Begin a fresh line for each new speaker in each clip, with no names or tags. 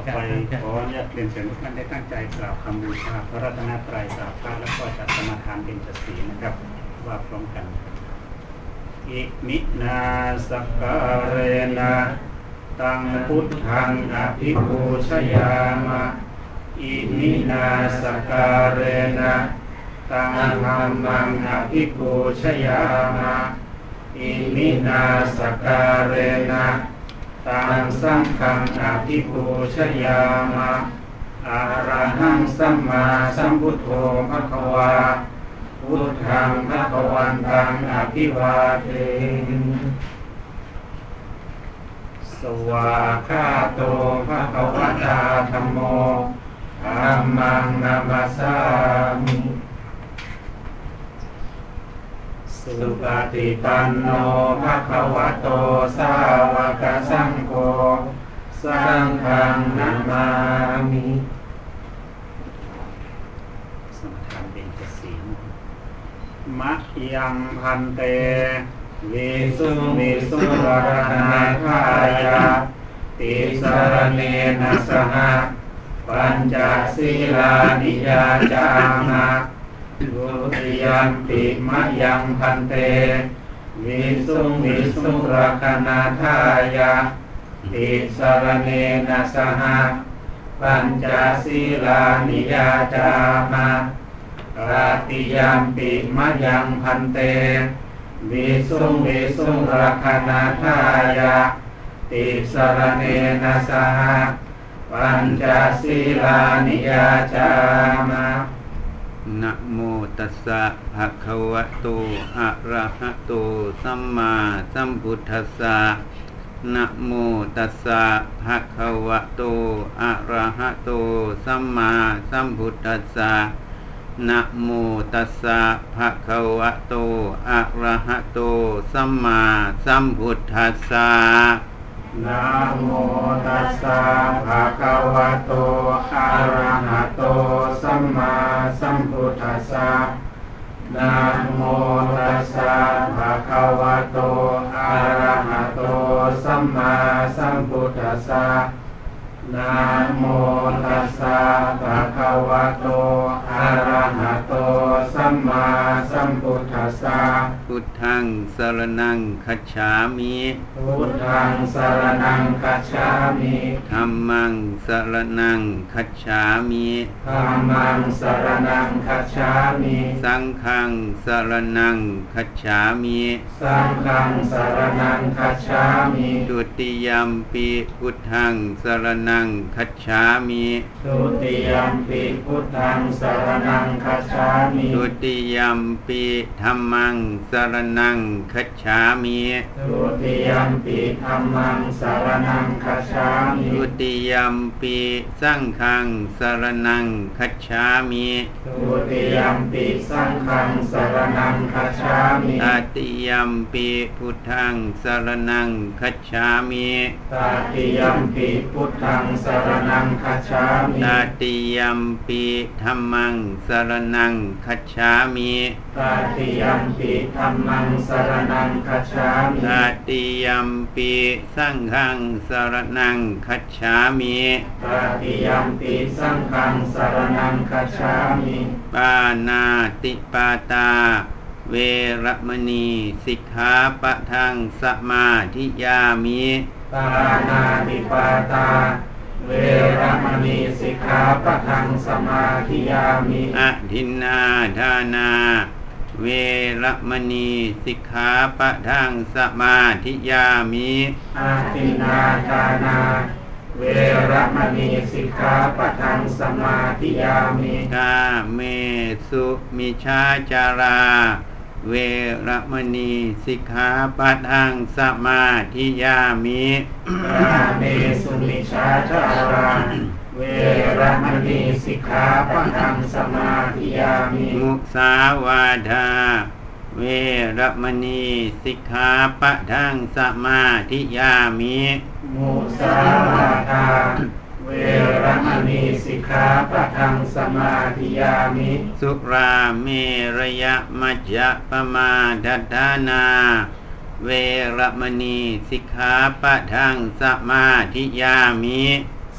ไปขอญาติเรียนเชิญทุกท่านได้ตั้งใจกราบคำบูชาพระรัตนตรัยกราบพระแล้วก็จัดสมาทานเป็นจัดศีลนะครับว่าพร้อมกันอิมินาสการเรนะตังพุทธังอภิปูชยามะอิมินาสการเรนะตังธัมมังอภิปูชยามะอิมินาสการเรนะตังสังฆังอภิปูชยามะอะระหังสัมมาสัมพุทโธภควาพุทธังภควันตังอภิวาเทสวากขาโตภควตาธัมโมธัมมังนัมสสามิสุปฏิปันโนภควโตสาวกสังโฆสังฆังนามามิสมถานเป็นศีลมะยังพันเตวิสุวรณาทายาติสรเนนะสหปัญจศีลานิยาจามะทุติยัมปิมะยังพันเตวิสุราคณาทายาติสรเนนะสหปัญจศีลานิยาจามะตติยัมปิมะยังพันเตวิสุราคณาทายาติสรเนนะสหปัญจศีลานิยาจามะนะโมตัสสะภะคะวะโตอะระหะโตสัมมาสัมพุทธัสสะนะโมตัสสะภะคะวะโตอะระหะโตสัมมาสัมพุทธัสสะนะโมตัสสะภะคะวะโตอะระหะโตสัมมาสัมพุทธัสสะนะโมตัสสะภะคะวะโตอะระหะโตสัมมาสัมพุทธัสสะนะโมตัสสะภะคะวะโตอะระหะโตสัมมาสัมพุทธัสสะนะโมตัสสะภะคะวะโตอะระหะโตสัมมาสัมพุทธัสสะพุทธังสรณังคัจฉามิพุทธังสรณังคัจฉามิธัมมังสรณังคัจฉามิธัมมังสรณังคัจฉามิสังฆังสรณังคัจฉามิสังฆังสรณังคัจฉามิทุติยัมปิพุทธังสรณังคัจฉามิทุติยัมปิพุทธังสรณังคัจฉามิทุติยัมปิธัมมังสรณังคัจฉามิทุติยัมปิธัมมังสรณังคัจฉามิทุติยัมปิสังฆังสรณังคัจฉามิทุติยัมปิสังฆังสรณังคัจฉามิตติยัมปิพุทธังสรณังคัจฉามิตติยัมปิพุทธังสรณังคัจฉามิตติยัมปิธัมมังสรณังคัจฉามิตติยัมปิธัมมังสรณังคัจฉามิตติยัมปิสังฆังสรณังคัจฉามิตติยัมปิสังฆังสรณังคัจฉามิปานาติปาตาเวรมณีสิกขาปะทังสมาธิยามิปานาติปาตาเวรมณีสิกขาปะทังสมาธิยามิอทินนาทานาเวรมณีสิกขาปะทังสมาธิยามิอทินนาทานาเวรมณีสิกขาปะทังสมาธิยามิกาเมสุมิชาจาราเวรมณีสิกขาปะทังสมาธิยามิกาเมสุมิชาจาราเวรมณีสิกขาปะทังสมาธิยามิมุสาวาทาเวรมณีสิกขาปะทังสมาธิยามิมุสาวาทาเวรมณีสิกขาปะทังสมาธิยามิสุราเมรยมัจจปมาทัฏฐานาเวรมณีสิกขาปะทังสมาธิยามิส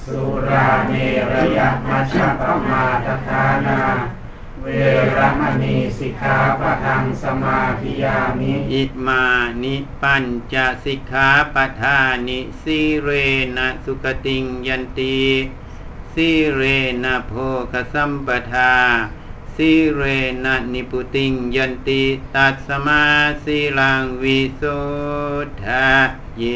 สุราเมรยมัชฌัปปมาทฐานาเวรมณีสิกขาปะทังสมาธิยามิอิมานิปัญจสิกขาปทานิสีเรนะสุขติงยันติสีเรนะโภคสัมปทาสีเรนะนิพุติงยันติตัสมาสีลังวิโสทะเย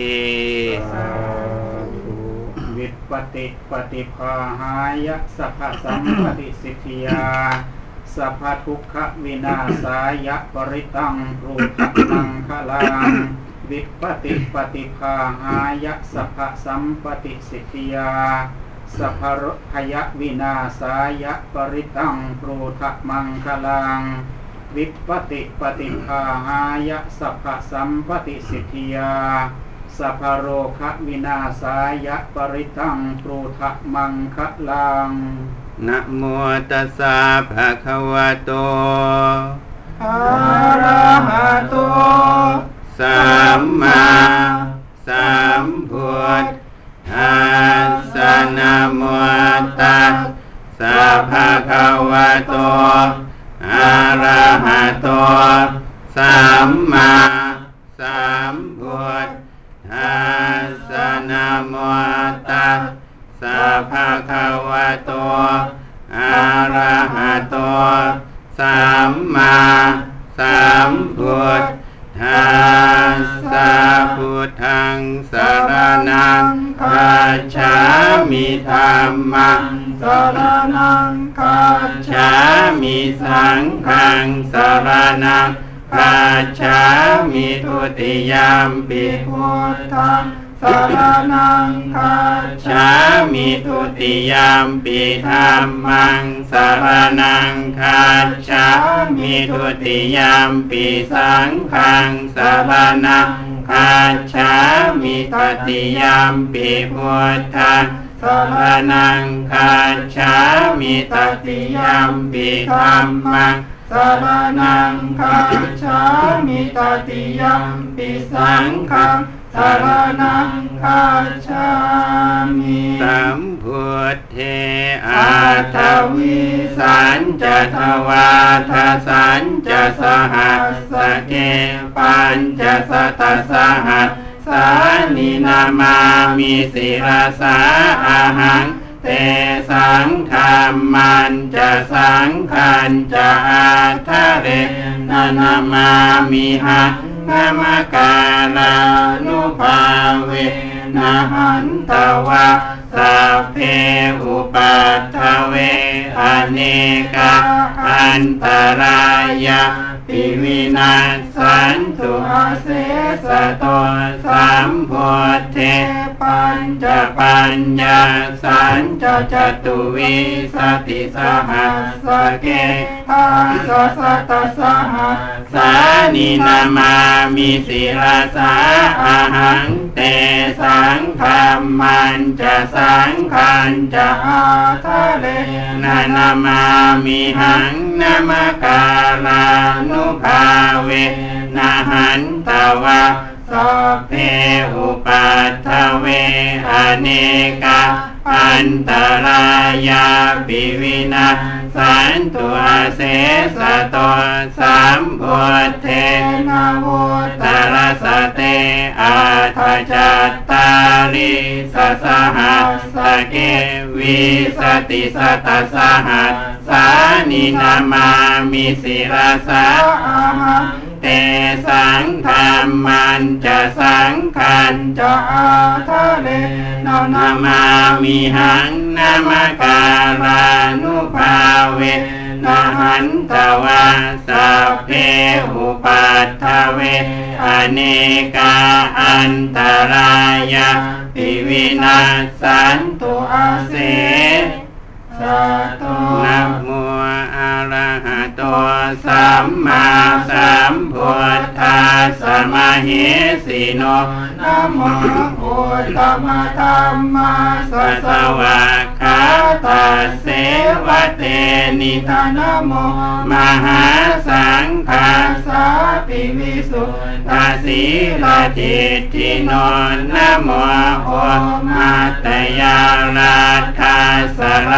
วิปติปฏิภาหายะสัพพสัมปติสิทธิยาสัพพทุกขวินาศายะปริตังรูปตังคลังวิปติปฏิภาหายะสัพพสัมปติสิทธิยาสัพพรพยวินาศายะปริตังรูปมังคลังวิปติปฏิภาหายะสัพพสัมปติสิทธิยาสัพพโรควินาศายะปริตังรูปมังคลังนะโมตัสสะภะคะวะโตอะระหะโตสัมมาสัมพุทธัสสะนะโมตัสสะภะคะวะโตอะระหะโตสัมมาสัมพุทธัสสะนะโมตัสสัพพะคะวะโตอะระหะโตสัมมาสัมพุทธัสสะพุทธังสรณังคัจฉามิธัมมังสรณังคัจฉามิสังฆังสรณังคัจฉามิทุติยมปิพุทธังสรณังคัจฉามิทุติยมปิธัมมังสรณังคัจฉามิทุติยมปิสังฆังสรณังคัจฉามิตติยมปิพุทธังสรณังคัจฉามิตติยมปิธัมมังสรณังคัจฉามิตติยมปิสังฆังสรณังคัจฉามิสัมพุทเทอาทวิสัญจทวาทสัญจสหัสสเกปัญจสัตตสหัสสานินามามิศิรสาอาหังเตสังฆามันจะสังขันจะอาทะเรนานามามิหังนามการานุภาเวนะหันตวะสัพเพอุปัฏฐเวอเนกาอันตรายะปิวินาสันตุอาเสสะโตสัมโพธิปัญจปัญญาสัญจจตุวิสติสหัสสเกทัสสะสัตตสหัสสานินามามิศิรสาอาหังเตสังฆามันจะสังขันจะอาทะเลนานามามิหังนามการานุภาเวนะหันตวะสัพเพอุปัฏฐเวอเนกาอันตรายาปิวินาสันตุอาเสสะโตสัมโพธินาวุตรสเตอาทจัตตาริสสหัสสเกวิสติสัตตสหัสสานินามามิศิรสาอาหังเตสังฆามันจะสังขันจะอาทะเลนามามิหังนามการานุภาเวนะหันตวะสัพเพอุปัฏฐเวอเนกาอันตรายะปิวินาสันตุอาเสสะโตนะโมอะระหะโตสัมมาสัมพุทธัสสะมะเหสิโนนะโมพุทธมะธัมมาสัสสะวะคะตาเสวะเตนิทานะโมมหาสังฆาสาปิวิสุทธาสีลทิฏฐิโนนะโมโอมัตตยารา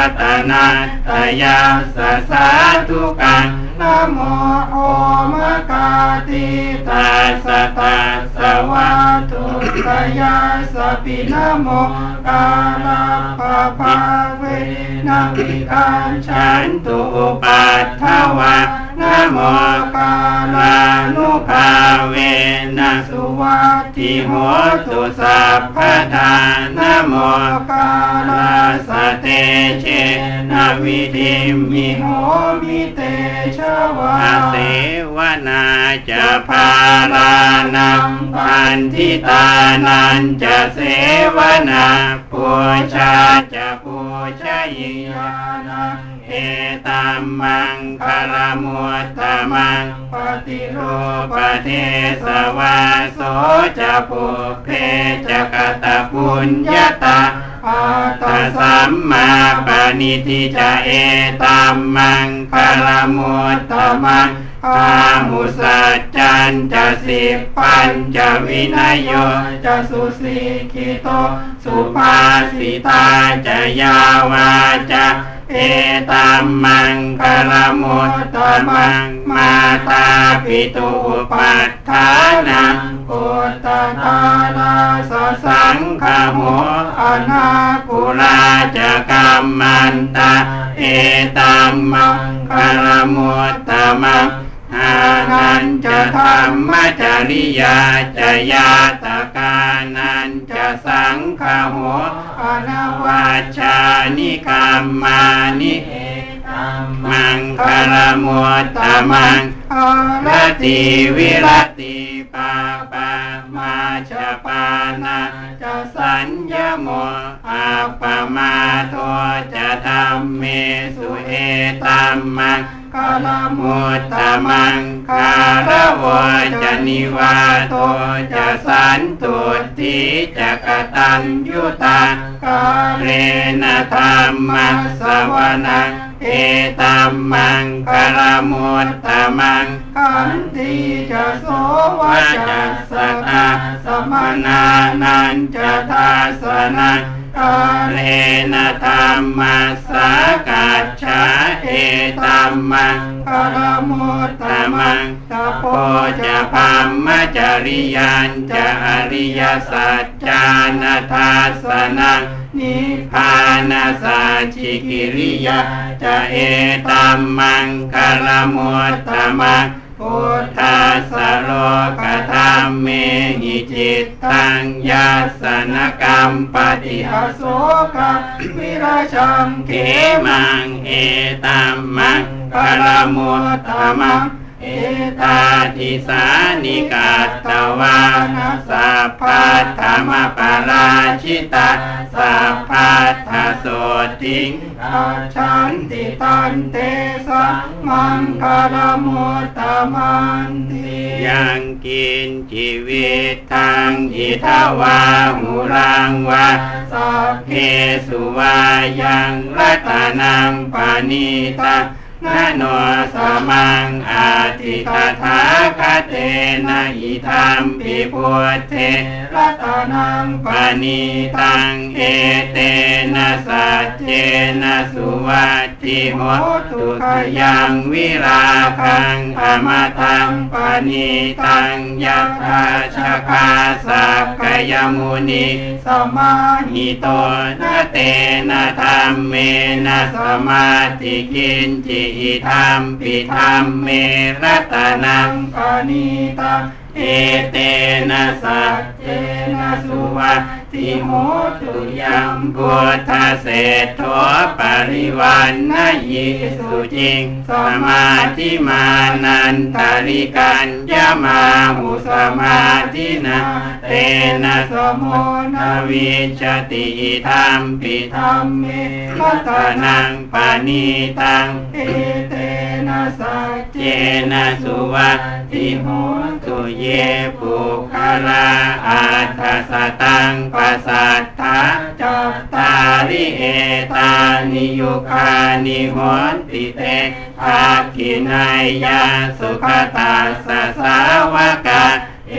ตนาตยาสสาธุกังนะโมโอมกาติตาสตาสวะตุตยาสปินะโมกาลาภาภาเวนะวิการฉันตุปัฏฐวะนะโมกาลานุภาเวนะสุวัตถิโหตุสัพพทานะโมกาลาสเตเชนะวิธิมิโหมิเตชวะเสวนาจะพาลานังพันธิตานันจะเสวนาปูชาจะปูชยิยานังเอตัมมังคารมุตตมังปฏิรูปเทสวาโสจะปุเพจะกตปุญญาตาอัตตสัมมาปณิทิจะเอตัมมังคารมุตตมังอามุสัจจันจะสิบปัญจวินัยโยจะสุสีขิโตสุภาสิตาจะยาวาจะเอตัมมังคารมุตตมังมาตาปิตุปัฏฐานังปุตตะทานาสสังฆโมอนาปุราจะกัมมันตาเอตัมมังคารมุตตมังอานันจะธรรมจริยาจะยาตกานันจะสังฆโหอนวัชชานิกัมมานิเอตัมมังคารมุตตมังรติวิรติปาปามาชปานาจะสัญญโมอัปปมาโทจะธัมเมสุเอตัมมังคารมุตตมังคารวจะนิวาโตจะสันตุติจะกตัญญูตากาเรนะธัมมัสสวนังเอตัมมังคารมุตตมังขันติจะโสวะจัสสตาสมนานันจะทัสสนังกาเรนะธัมมัสสะกัจฉาเอตัมมังคารมุตตมังตะโพจะพัมมจริยันจะอริยสัจจานาทัสสนังนิพพานาสัจฉิกิริยาจะเอตัมมังคารมุตตมังพุทธัสสะโลกธัมเมหิจิตตังยัสสนกรรมปฏิหโสกะวิราชังเขมังเอตัมมังคารมุตตมังเอตาทิสานิกาตวานะสัพพัทธรรมปราชิตาสัพพัทธโสติงอาชันติตันเตสังมังคารมุตตมันติยังกินชีวิตทางอิทวาหุรังวาสัพเพสุวายังรัตนังปานิตานะโนสมังอาทิคาถาคเตนะอิธัมปิพุทเทรัตนังปานิตังเอเตนะสัจเจนะสุวัตถิโหตุขยังวิราคังอมตังปานิตังยัตถาชคาสัพพยมุนิสมาหิโตนะเตนะธัมเมนะสมาธิกินจิอิธัมปิธัมเมรัตนังปานิตังเอเตนะสัจเจนะสุวัตถิโหตุยัมพุทธเศรษโธปริวันนะยิสุจิงสมาธิมานันตริกัญญมาหุสมาธินาเตนะสมุนาวิชติอิธัมปิธัมเมรัตนังปานิตังเอเตนะสัจเจนะสุวัตถิโหตุเยปุคลาอัฏฐสตังปัสสัทธาจัตตาริเอตานิยุคานิโหติเตภาคินายาสุขตาสสาวกาเอเต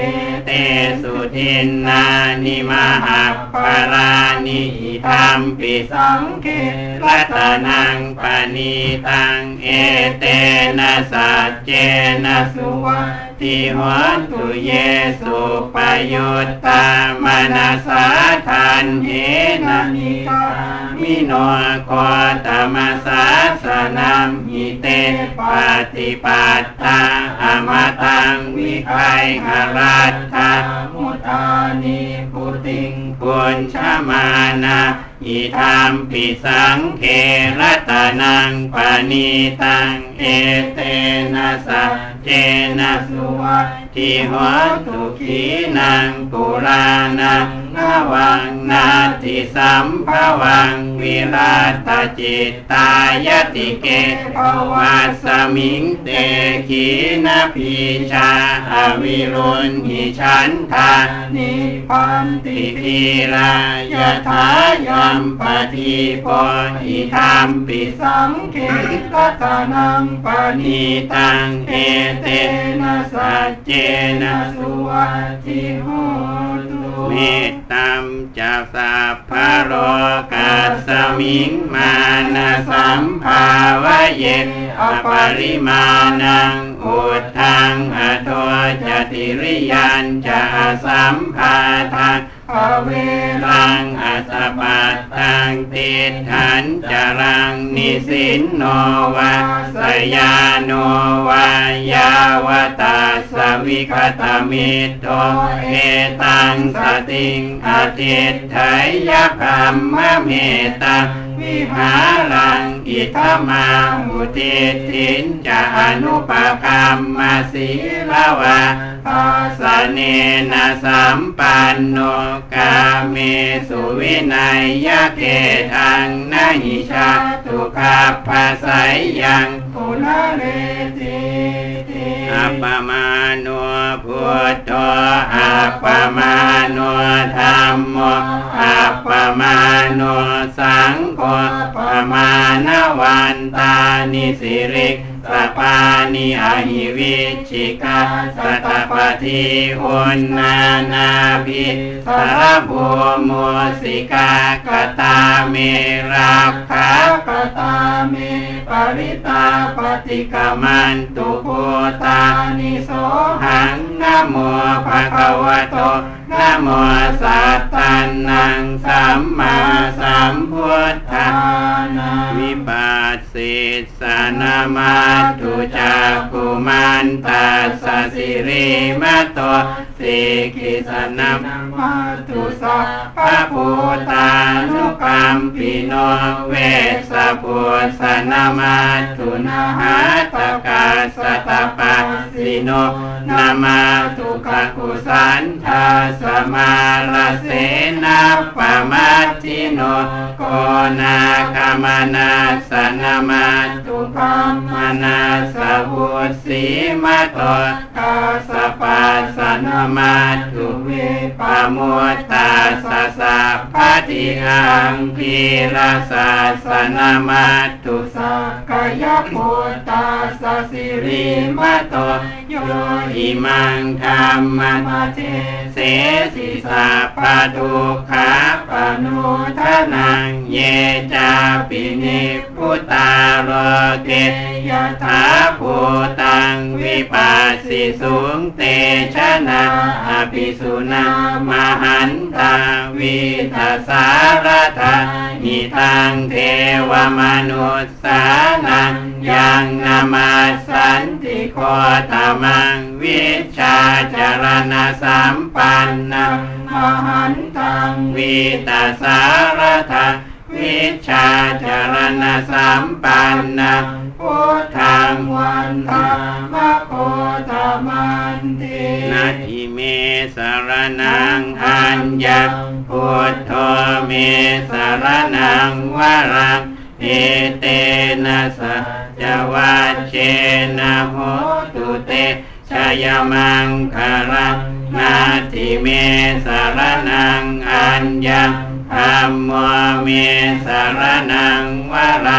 สุทินนานิมหาปรานิธัมปิสังเขรัตนังปณิตังเอเตนะสัจเจนะสุวัตติโหตุเยสุปยุตตามนัสสะทันเหนะนิกามิโนโคตมัสสะสนัมหิเตปฏิปัตตาอมตังวิภัยหรัตถามุตานิปุติงปุญชมานะอิธัมปิสังเขรัตนังปณิตังเอเตนะสัจเจนะสุวัตติโหตุขีนังปุรานังนวังนาทิสัมภวังวิราตจิตตายติเกภวัสสมิงเตขีนะพีชาอวิรุณหิฉันทานิพันติทีรายถายัมปฏิปอิธัมปิสังเขรัตนังปณิตังเอเตนะสัจเจนะสุวัตติโหตุเมตตัมจะสัพพะโลกัสสมิงมานะสัมภาวะเยอปริมาณังอุทธังอโทจติริยัญจะสัมภาทังภเวรังอัสสปัตตังติถันจรังนิสินโนวาสยาโนวายาวตาสวิคตมิตโตเอตังสติงอทิฏฐยคัมมะเมตังวิหารังอิทัมมามุติถินจะอนุปคัมมาสีลาวาทัสเนนะสัมปันโนกาเมสุวินัยยะเกตังนะหิชาตุขัพพสัยยังปุระเรติอัปปมาโนพุทโธอัปปมาโนธัมโมอัปปมาโนสังโฆปมาณวันตานิสิริกสปานิอหิวิชิกาสัตตปฏิอุณนานาภิสารภูมุสิกากตาเมราคากตาเมปริตาปฏิกามันตุภูตานิโสหังนะโมภะคะวะโตนะโมสัตตันนังสัมมาสัมพุทธานาวิปัสสิสนามาตุจักขุมันตัสสะสิริมะโตสิกิสนะมาตุสัพพะพุทธานุกัมปิโนเวสะพุทธนามาตุนะหะตกาสตปะสิโนนามาตุกะกุสันทาสมาลเสนาปะมัตถิโนโกนาคามนาสนามาตุกัมมนาสหุสีมะโตกาสปัสสนามาตุวิปะมุตตาสสะพะติอังคีรสาสนามาตุสักกายปุตตาสสิริมะโตโยอิมังธัมมัจเจเสสิสัพพะทุกขาปนุทานังเยจาปินิพุตตาโลเกยถาภูตังวิปัสสิสุงเตชะนะอภิสุนามหันตาวิทัสสารทานิทังเทวมนุสสานังยังนามาสันติโคตมังวิชาจารณะสัมปันนังมหันตังวิทัสสารทาวิชาจารณะสัมปันนังพุทธังวันธามะโคตมันตินาทิเมสารนังอัญญังพุทโธเมสารนังวรังเอเตนะสัจวัชเชนะโหตุเตชยมังคารังนาทิเมสารนังอัญญังธัมโมเมสารนังวรัง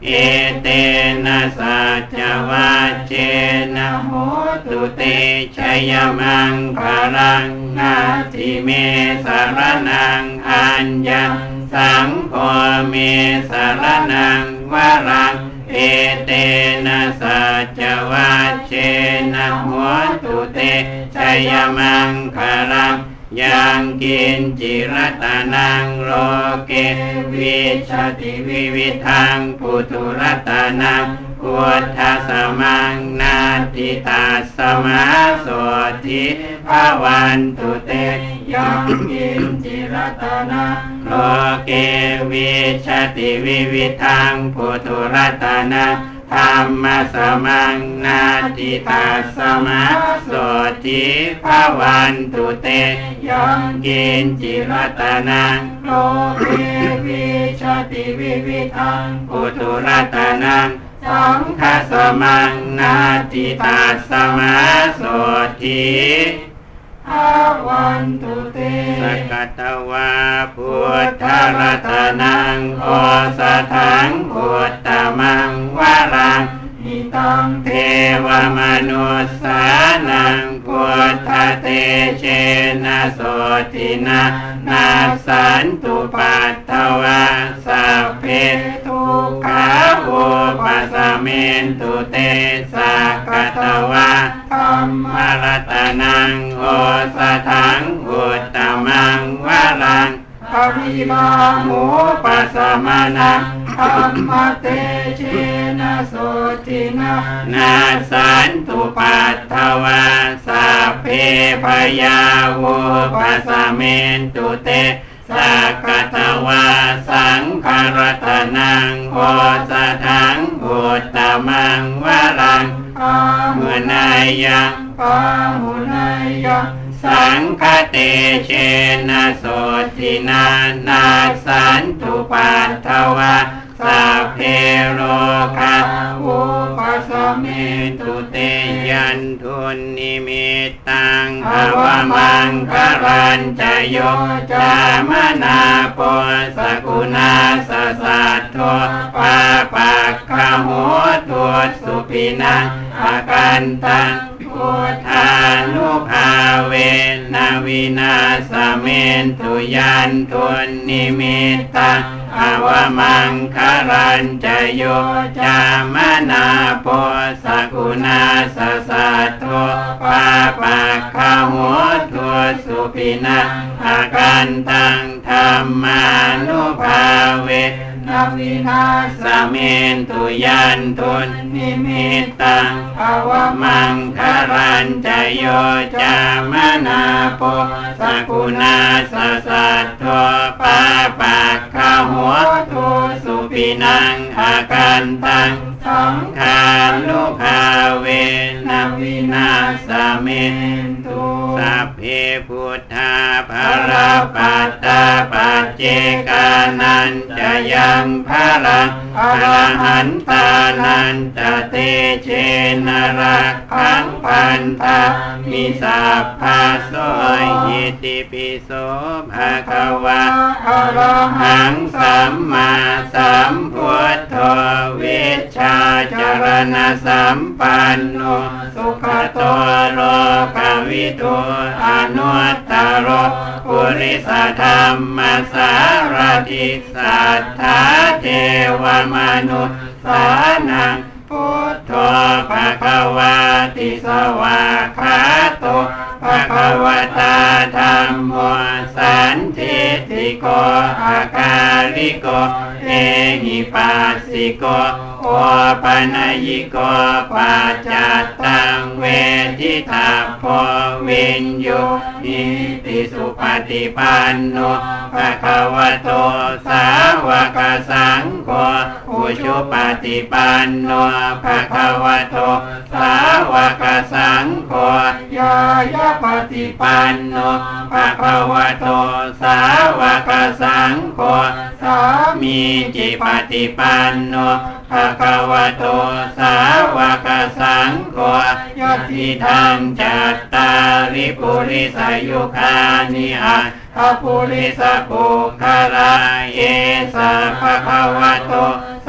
เอเตนะสัจวัชเชนะโหตุเตชยมังคลังนาทิเมสารนังอัญญังสังโฆเมสารนังวรังเอเตนะสัจวัชเชนะโหตุเตชยมังคลังยังกินจิรตานังโลเกวิชติวิวิทังปุถุรตานังพุทธสมังนาทิตาสมาโสทิภวันตุเตยังกินจิรตานังโลเกวิชติวิวิทังปุถุรตานังธรรมสมังนาทิตาสมาโสทิภวันตุเตยังกินจิรตานังโลเกวิชติวิวิทังปุถุรตานังสังฆสมังนาทิตาสมาโสทิภวันตุเตสกัตวาพุทธรัตนังโอสถังพุทธมังวรังหิตังเทวมนุสสานังพุทธเตเชนะโสทินะนาสันตุปัตถวาสัพเพทุกขาอุปสเมนตุเตสักขตวาธัมมรัตนังโอสถังอุตตมังวรังอภิบามุปัสสมานังธัมมเตเชนะโสทินะนาสันตุปัตถวาสัพเพพยาวุปัสสเมนตุเตสักขตวาสังฆรัตนังโอสถังอุตตมังวรังอาหุนายยังปาหุนายยังสังฆเตเชนะโสทินานาสันตุปัตถวาสัพเพโลกาอุปัสสเมตุเตยันทุนนิมิตตังภวมังครัญจโยจามนาโปสกุณาสสัทโธปาปักขโหตุสุปินังอากันตังพุทธานุภาเวนะวินาสเมนตุยันทุนนิมิตตังภวมังครัญจโยจามนาโปสกุณาสสัทโธปาปักขโหตุสุปินังอากันตังธัมมานุภาเวนะวินาสเมนตุยันทุนนิมิตตังภวมังครัญจโยจามนาโปสกุณาสสัทโธปาปักขโหตุสุปินังอากันตังสังฆานุภาเวนะวินาสเมนตุสัพเพพุทธาภรปัตตาปัจเจกานันจะยังภรังอรหันตานันจะเตเชนะรักขังพันธามิสัพพะโสอิติปิโสภะคะวะอะระหังสัมมาสัมพุทโธวิชชาจรณะสัมปันโนสุขโตโลกวิทูอนุตตโรปุริสธรรมสารถิสัทธาเทวมนุสสานังพุทโธภควาติสวากขาโตภควตาธัมโมสันทิฏฐิโกอาการิโกเอหิปัสสิโกโอปนัยยิโกปัจจัตตังเวทิตาโพวินโยนิติสุปฏิปันโนภควโตสาวกสังโฆอุชุปฏิปันโนภควโตสาวกสังโฆยายาปฏิปันโนภควโตสาวกสังโฆสามีจิปฏิปันโนภควโตสาวกสังโฆยติธังจัตตาริปุริสยุคานิอาภปุริสปุคคลาเยสะภควโตส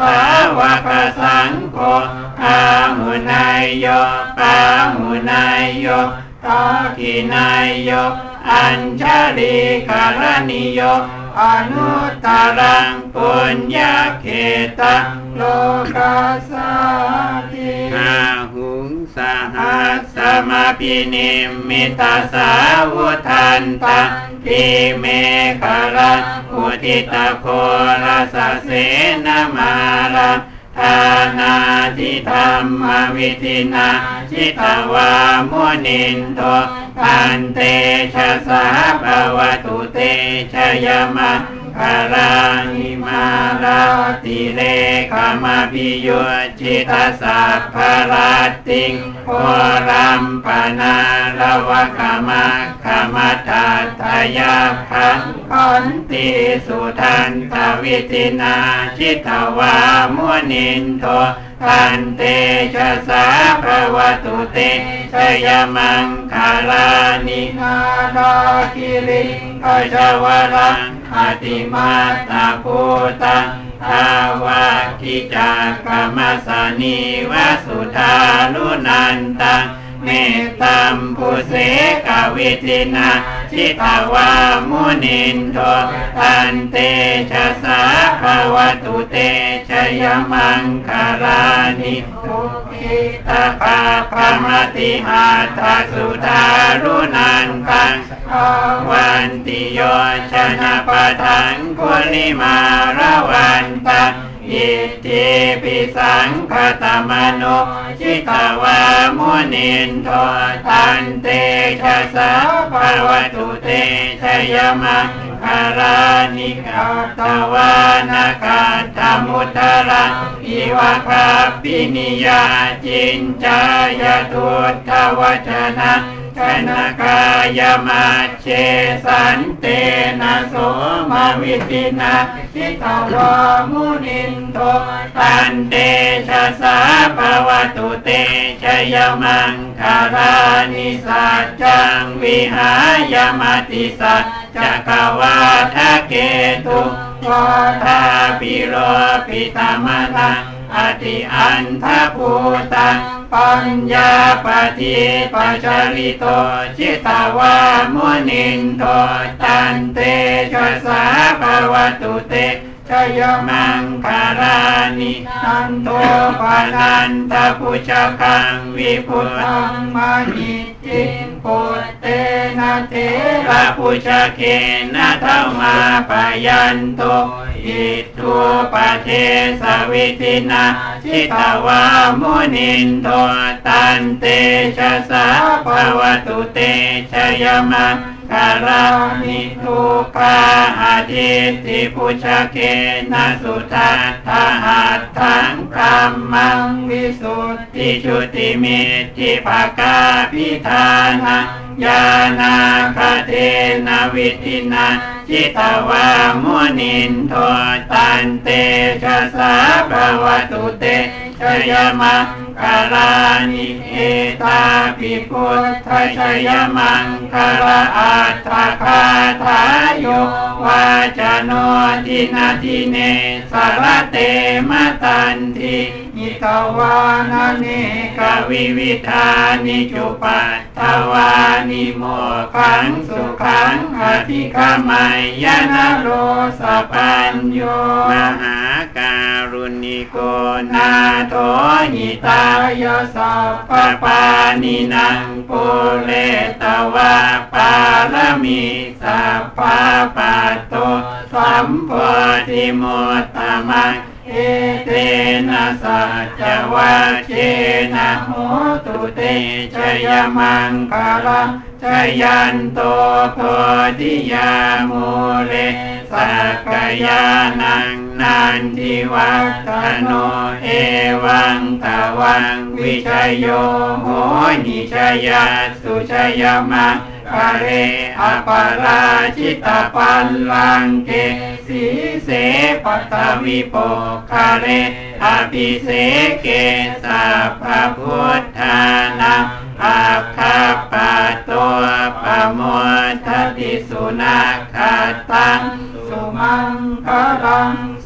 าวกสังโฆพาหุนายโยปาหุนายโยทักขินายโยอัญชลีกรณิโยอนุตตรังปุญญเขตะโลกัสสติอาหุงสหัสสมาพินิมมิตาสาวุทันตังทิเมฆรังอุทิตโครัสเสนมารังทานาทิธรรมวิธินาชิตวามุนินโทอันเตชะสาภวตุเตชยมังคารานิมาราติเลขมาพิโยจิตาสัพพราติงโครัมปนาลวะขมาขมัตถายาขันขันติสุทันตวิธินาชิตวามุนินโทอันเตชะสาภวตุเตชยมังคารานินาดาคิริงขจวรังอติมาตาภูตังทาวาคิจากรรมสานีวสุธาลุนันตังเมตตัมปุเสกวิธินาชิตาวามุนินโทอันเตชะสาภวตุเตชยมังคารานิทุกิตาภาพมติหัตถสุธารุนันตังวันติโยชนะปะทังคุลิมาระวันตังอิติปิสังขตมโนชิตาวามุนินโทตันเตชะสาภวตุเตชยมังคารานิกัตตวานาคัตถมุตตระอิวะคาปินิยาจินจายตุตวจนะชนะกายมาเชสันเตนะโสมาวิตินาชิตาวามุนินโทตันเตชะสาภวตุเตชยมังคารานิสัจจังวิหายมติสัจจักวาทะเกตุวาทาปิโรปิตามนังอติอันทภูตังปัญญาปฏิปัจจริโตชิตาวามุนินโทตันเตชะสาภวตุเตชยมังคารานินันโทปานันทปุจกังวิพุตังมหิจิงปุตเตนะเทระปุจเกนะธรรมาปยันโตอิทุปเทสวิตินาชิตาวามุนินโทตันเตชะสาภวตุเตชยมังคารานิทุกขาอาทิติปุชเกนะสุทัตถะหัตถังพรหมังวิสุทธิชุติมิตติภกาภิธานังญาณาคเทนะวิธินาชิตาวามุนินโทตันเตชะสาภวตุเตชยมังคารานิเอตาภิพุทธชยมังคาราอัตถคาถาโยวาจโนทินาทิเนสารเตมตันทินิตวานาเนกวิวิธานิจุปัตถวานิโมขังสุขังอธิคามายนะโรสปัญโยมหาการุณิโกนาโถหิตายสัพพปานินังปุเรตวะปารมีสัพพปัตโตสัมโพธิมุตตมังเอเตนะสัจจวัชเชนะโหตุเตชยมังคารังชยันโตโพธิยามูเลสักกายานังนันทิวัฒโนเอวังตวังวิชยโยโหนิชยัสสุชยมังคาเรอปาราชิตปัลลังเกสีเสปัตตวิโปคาเรอภิเสเกสัพพพุทธานังอาคาปะโตปะโมทติสุนาคตังสุมังคลังสุ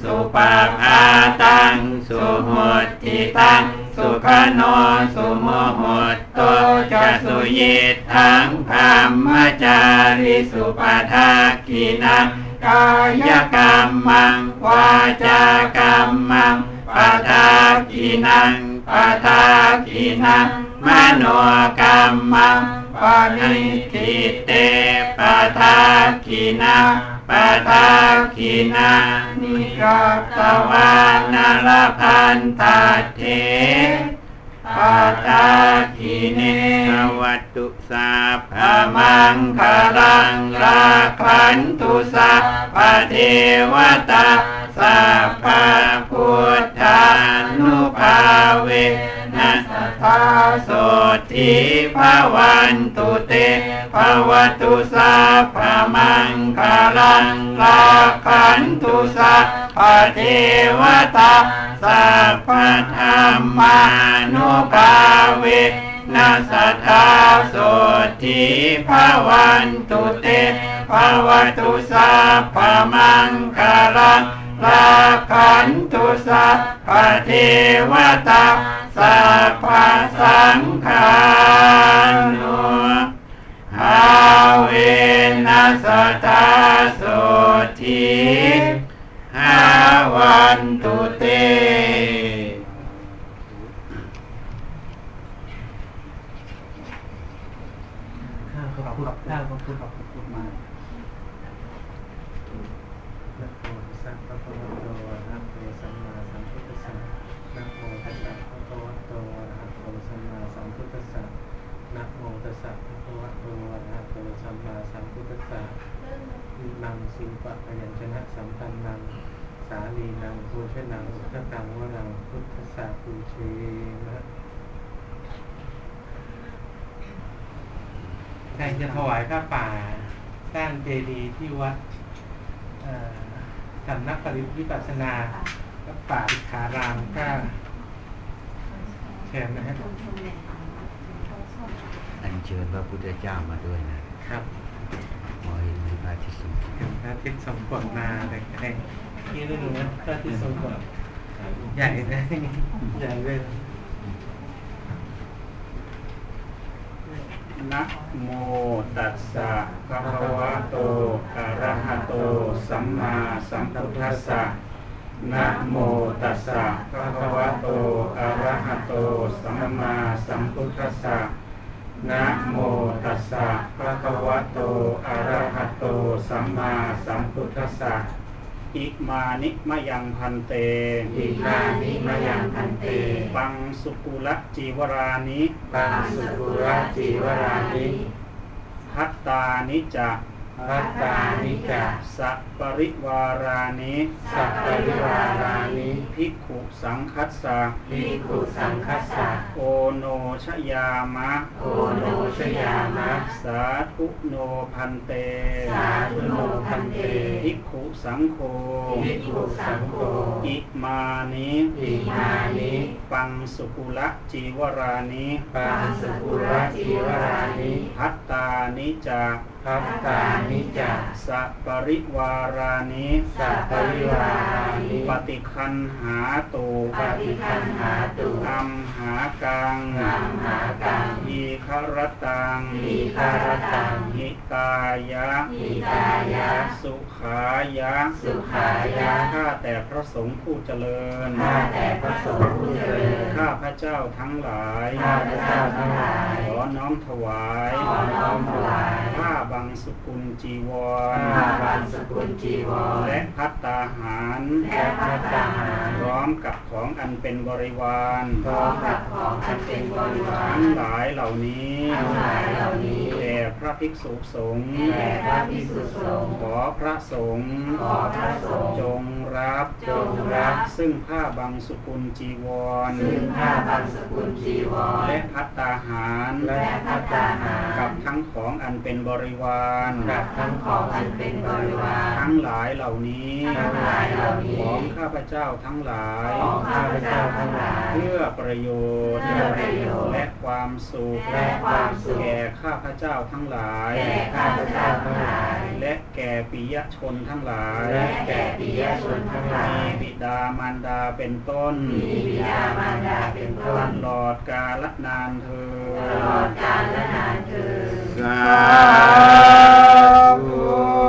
สุปาพาตังสุโหติตังสุขโนสุโมโหตโตจะสุยิทังพามมจาริสุปาทากินังกายกรรมังวาจากรรมังปาทากินังปาทากินังมโนกรรมังปานิทิเตปาทากินังปาทากินังนิรัตตวานรพันตเถปาทากิเนวัตตุสัพพมังคลังราคันตุสัพพเทวตาสัพพพุทธานุภาเวนัสสะโสทิภวันตุเตภวตุสัพพมังคลังราคันตุสัพพเทวตาสัพพธรรมานุภาเวนัสสะโสทิภวันตุเตภวตุสัพพมังคลังราคันตุสัพพเทวตาสัพพสังฆานุภาเวนัสสะโสทิภวันตุเต
ขอบคุณมากนะโมตัสสะภะคะวะโตอะระหะโตสัมมาสัมพุทธัสสะนะโมตัสสะภะคะวะโตอะระหะโตสัมมาสัมพุทธัสสะนะโมตัสสะภะคะวะโตอะระหะโตสัมมาสัมพุทธัสสะอิมังสิปะพยัญชนะสัมปันนังสาลีนังโภชนังอุทธกังวรังพุทธัสสะปูเชนะใครจะถวายผ้าป่าสร้างเจดีย์ที่วัดสำนักปริวิปัสสนาวัดป่าอิขารามก็เชิญนะฮะ
อัญเชิญพระพุทธเจ้ามาด้วยนะครับขอให้มีพระอาทิตย์ทรงกฎ
พระอาทิตย์ทรงกฎมาแต่ใครที่รู้นะพระอาทิตย์ทรงกฎใหญ่นะใหญ่เลยนะโมตัสสะภะคะวะโตอะระหะโตสัมมาสัมพุทธัสสะนะโมตัสสะภะคะวะโตอะระหะโตสัมมาสัมพุทธัสสะนะโมตัสสะภะคะวะโตอะระหะโตสัมมาสัมพุทธัสสะอิมานิมะยังพันเต
อิมานิมะยังพันเต
ปังสุกุลจีวรานิ
ปังสุกุลจีวรานิ
ภัตตานิจะ
ภัตตานิจะ
สัพปริวารานิ
สัพปริวารานิ
ภิกขุสังคัสสะ
ภิกขุสังคัสสะ
โอโนชยามะ
โอโนชยามะ
สาธุโนพันเต
สาธุโนพันเต
ภิกขุสังโฆ
ภิกขุสังโฆ
อิมานิ
อิมานิ
ปังสุกุลจีวรานิ
ปังสุกุลจีวรานิ
ภัตตานิจะ
ภัตตานิจะ
สัพปริวารานิ
สัพปริวารานิ
ปฏิคันหาตุ
ปฏิคันหาตุ
อัมหากัง
อัมหากัง
อิคารตัง
อิคารตัง
หิตายะ
หิตายะ
สุขายะ
สุขายะ
ข้าแต่พระสงฆ์ผู้เจริญ
ข้าแต่พระสงฆ์ผู้เจริญ
ข้าพระเจ้าทั้งหลาย
ข้าพระเจ้าทั้งหลาย
ขอน้อมถวาย
ขอน้อมถวาย
ผ้าบังสุกุลจีวร
ผ้าบังสุกุลจีวร
และภัตตาหาร
และภัตตาหาร
พร้อมกับของอันเป็นบริวาร
พร้อมกับของอันเป็นบริวาร
ทั้งหลายเหล่านี้แด่พระภิกษุสงฆ์
แด่พระภิกษุสงฆ์
ขอพระสงฆ์
ขอพระสงฆ์
จงรับซึ่งผ้าบังสุกุลจีวร
ซึ่งผ้าบังสุกุลจีวร
และภัตตาหาร
และภัตตาหาร
กับทั้งของอันเป็นบริวาร
กับทั้งของอันเป็นบริวาร
ทั้งหลายเหล่านี้ของข้าพเจ้าทั้งหลายเพื่อประโยชน์และความสุขแก่ข้าพเจ้าทั้งหลายและแก่ปิยชนทั้งหลายมีบิดามารดาเป็นต้นตลอดกาลนานเถิด
สาธุ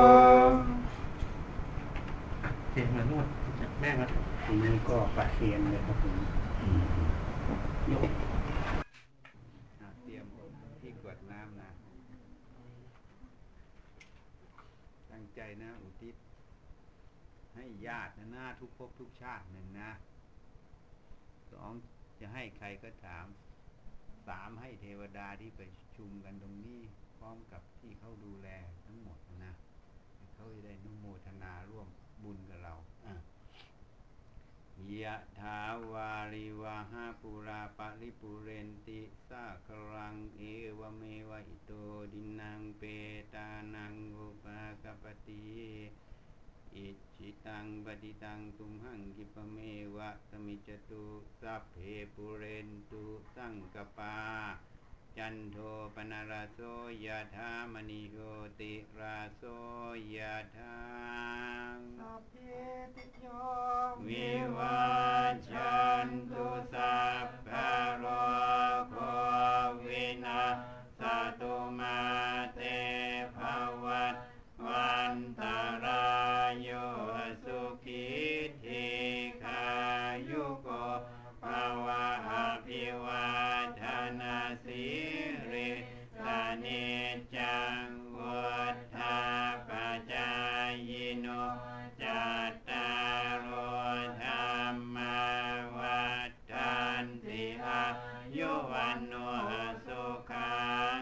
เห็นมานวดแม่มา
ทีนี้ก็ประเคนเลยครับผมยก
เตรียมที่กวดน้ำนะตั้งใจนะอุทิศให้ญาตินะหน้าทุกภพทุกชาติหนึ่งนะ2จะให้ใครก็ถาม3ให้เทวดาที่ไปชุมกันตรงนี้พร้อมกับที่เขาดูแลทั้งหมดนะเขาจะได้นุโมทนาร่วมบุญกับเรายะถาวาริวหาปุราปะริปุเรนติสาครังเอวเมวะอิโตดินังเปตานังอุปกปติอิจิตังปฏิตังตุมหังกิปเมวะสมิจตุสัพเพปุเรนตุสังกปาจันโทปนารโสยะถามณิโชติราโสยะถา
สัพเพติโย
วิวัชชันตุสัพพะโรโควินาศตุมาเตภวัตวันตรายโยสุขิธิคายุโกภวะอภิวาทนาสิริสเนจังวุฒาปัจจายโนจัตตารโอธรรมวัฏฏันติอายุวันโนสุขัง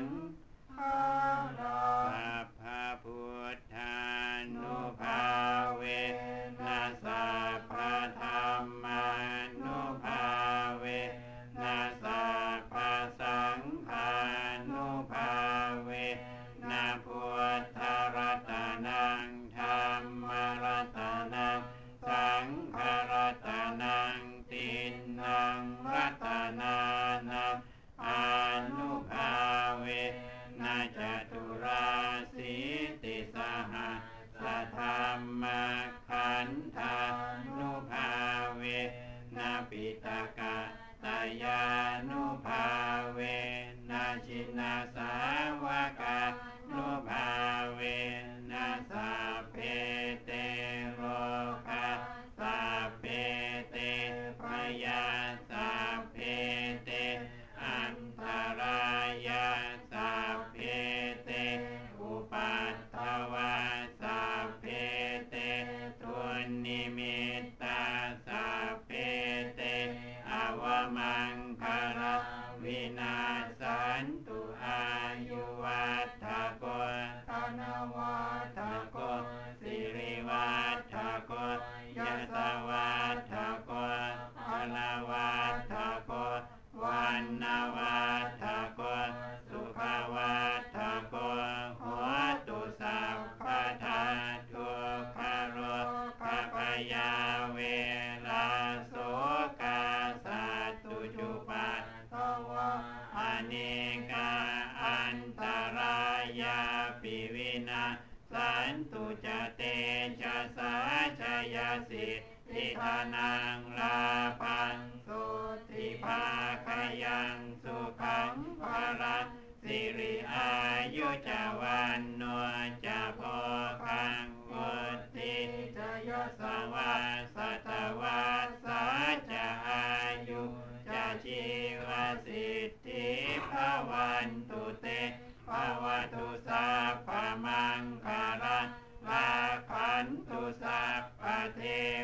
สัพพะพุทธานุภาเวนัสสะพะธัมมานุภาเวนัสสะพะสังฆานุภาเวนะพุทธรัตนังธัมมรัตนังสังฆรัตนังติณังรัตนานังอนุภาเวนะจตุราสีติสหัสสะธัมมาขันธานุภาเวนะปิตกะตายานุภาเวนะชินสาวกานุภาเวนะสัพเพเตโรคาสัพเพเตพยาสัพเพเตอันตรายาสัพเพเตอุปัฏฐวาสัพเพเตทุนนิมิตตาสัพเพเตอวมังคาลวินาสันตุอายุวัฏฐโกธนวัฏฐโกสิริวัฏฐโกยสวัฏฐโกพลวัฏฐโกวันนาวัฏฐโกสุขวัฏฐโกโหตุสัพพทาทุกขโรคพยาเวลาโสกาสัตตุจุปัตถวะอเนกาอันตรายาปิวินาสันตุจเตชะสาชยสิทธิธานังลาภังสุธิภาคยังสุขังภลังสิริอายุจวันโนจะโพคังวุฒิจยสวัสตวัสสะจะอายุจะชีวสิทธิภวันตุเตภวตุสัพพมังคารังลาคันตุสัพพเท